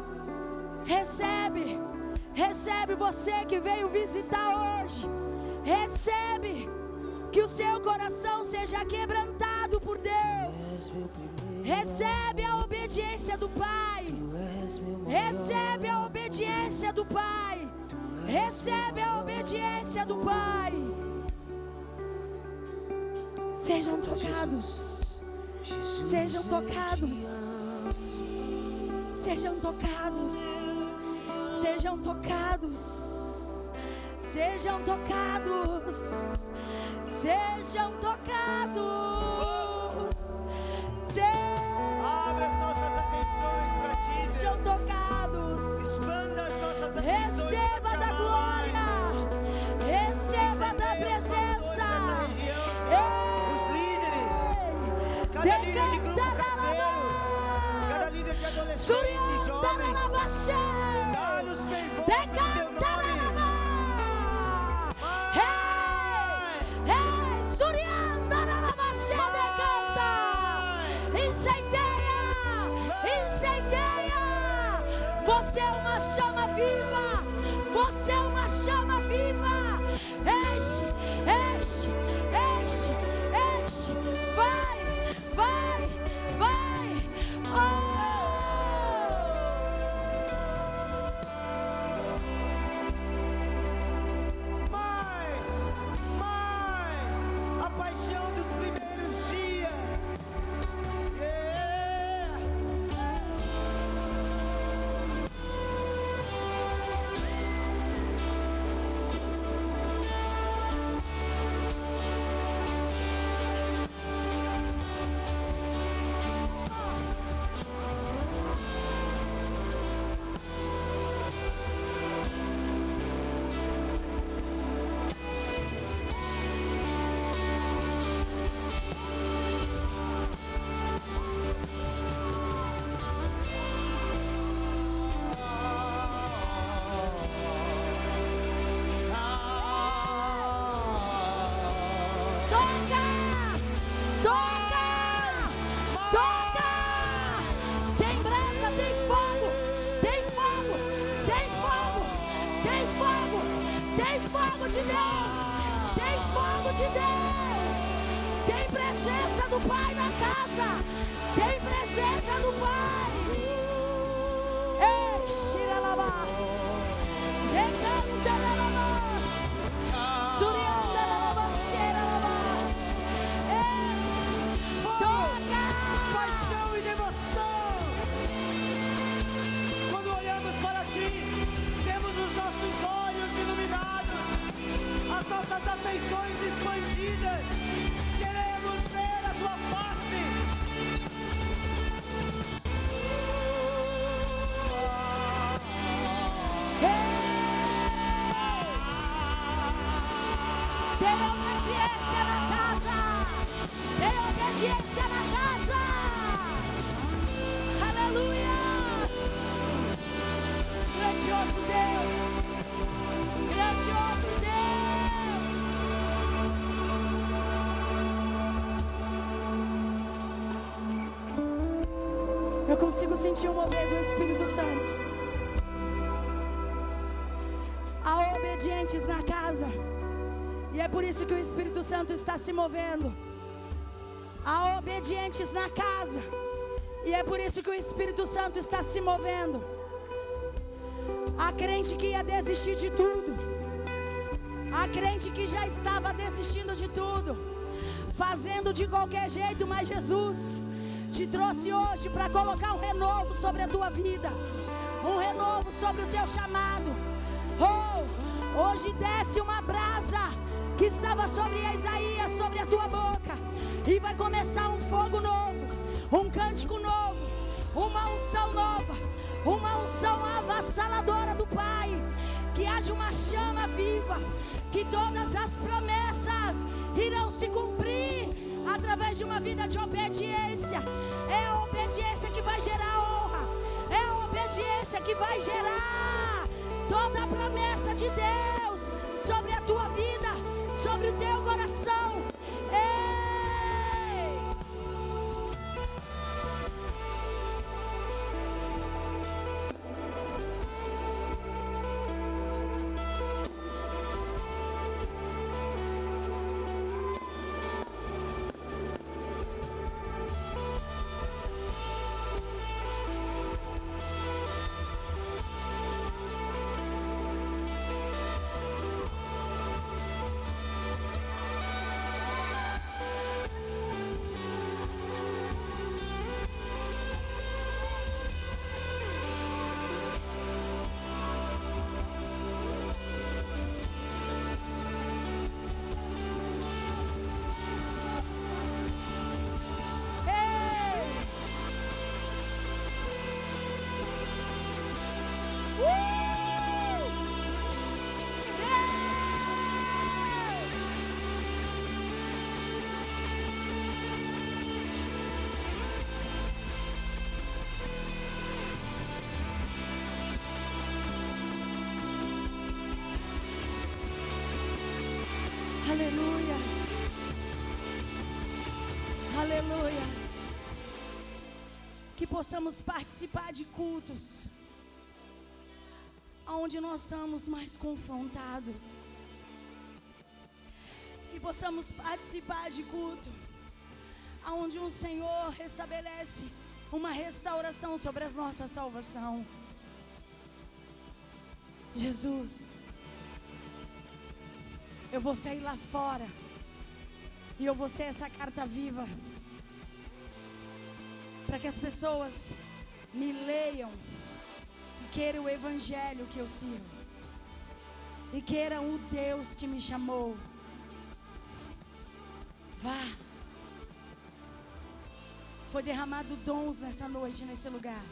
Speaker 1: Recebe você que veio visitar hoje. Recebe, que o seu coração seja quebrantado por Deus. Recebe a obediência do Pai. Recebe a obediência do Pai. Recebe a obediência do Pai. Sejam tocados. Sejam tocados. Sejam tocados. Sejam tocados. Sejam tocados. Sejam tocados.
Speaker 2: Abre as nossas afeições para ti.
Speaker 1: Sejam tocados.
Speaker 2: Expanda as nossas afeições.
Speaker 1: Receba da glória. Receba da presença.
Speaker 2: Os líderes. Cada líder de grupo caseiro. Cada líder de adolescentes, jovens. Dá-nos fervor no teu nome.
Speaker 1: Você é uma chama viva. Você é uma chama viva. Enche, enche, enche, enche. Vai, vai, vai. Oh!
Speaker 2: Mais, a paixão dos primeiros dias.
Speaker 1: de Deus. Tem presença do Pai na casa. Tem presença do Pai. Ei, xiralabás. Decantaralabás. Suriandaralabás, xeralabás. Ei, toca.
Speaker 2: Paixão e devoção. Quando olhamos para Ti, temos os nossos olhos iluminados, as nossas afeições expandidas. Queremos ver a Tua face.
Speaker 1: Tem obediência na casa. Tem obediência na casa. Aleluia. Grandioso Deus. Grandioso Deus. Eu consigo sentir o mover do Espírito Santo. Há obedientes na casa. E é por isso que o Espírito Santo está se movendo. Há obedientes na casa. E é por isso que o Espírito Santo está se movendo. Há crente que ia desistir de tudo. Há crente que já estava desistindo de tudo, fazendo de qualquer jeito, mas Jesus te trouxe hoje para colocar um renovo sobre a tua vida. Um renovo sobre o teu chamado. Hoje desce uma brasa que estava sobre Isaías, sobre a tua boca, e vai começar um fogo novo, um cântico novo, uma unção nova, uma unção avassaladora do Pai. Que haja uma chama viva, que todas as promessas irão se cumprir através de uma vida de obediência. É a obediência que vai gerar honra, é a obediência que vai gerar toda a promessa de Deus sobre a tua vida, sobre o teu coração. Ei! Aleluias, aleluias. Que possamos participar de cultos onde nós somos mais confrontados. Que possamos participar de culto onde o Senhor restabelece uma restauração sobre a nossa salvação. Jesus, eu vou sair lá fora e eu vou ser essa carta viva para que as pessoas me leiam e queiram o evangelho que eu sirvo e queiram o Deus que me chamou. Vá. Foi derramado dons nessa noite, nesse lugar.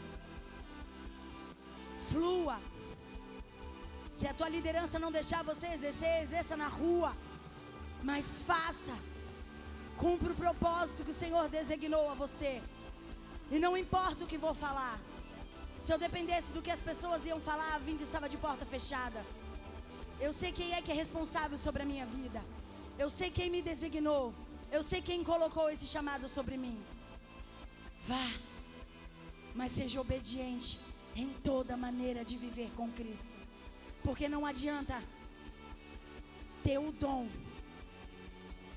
Speaker 1: Flua. Se a tua liderança não deixar você exercer, exerça na rua. Mas faça. Cumpra o propósito que o Senhor designou a você. E não importa o que vou falar. Se eu dependesse do que as pessoas iam falar, a vinda estava de porta fechada. Eu sei quem é que é responsável sobre a minha vida. Eu sei quem me designou. Eu sei quem colocou esse chamado sobre mim. Vá. Mas seja obediente em toda maneira de viver com Cristo. Porque não adianta ter o dom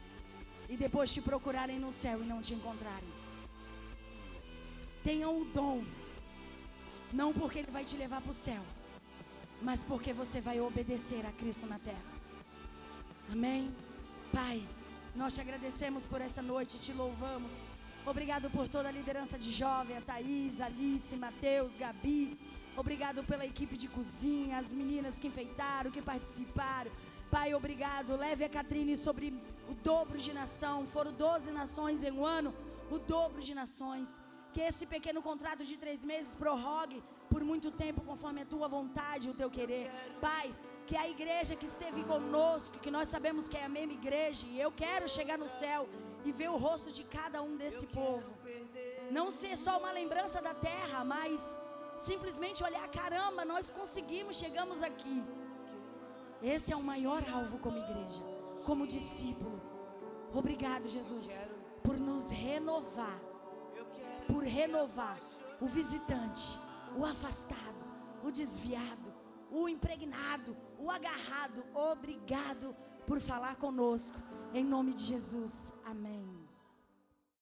Speaker 1: e depois te procurarem no céu e não te encontrarem. Tenham o dom, não porque Ele vai te levar para o céu, mas porque você vai obedecer a Cristo na terra. Amém? Pai, nós te agradecemos por essa noite, te louvamos. Obrigado por toda a liderança de jovem, a Thaís, Alice, Mateus, Gabi. Obrigado pela equipe de cozinha, as meninas que enfeitaram, que participaram. Pai, obrigado. Leve a Catrine sobre o dobro de nação. Foram 12 nações em um ano, o dobro de nações. Que esse pequeno contrato de 3 meses prorrogue por muito tempo, conforme a tua vontade e o teu querer. Pai, que a igreja que esteve conosco, que nós sabemos que é a mesma igreja, e eu quero chegar no céu e ver o rosto de cada um desse povo. Não ser só uma lembrança da terra, mas simplesmente olhar, caramba, nós conseguimos, chegamos aqui. Esse é o maior alvo como igreja, como discípulo. Obrigado, Jesus, por nos renovar, por renovar o visitante, o afastado, o desviado, o impregnado, o agarrado. Obrigado por falar conosco, em nome de Jesus, amém.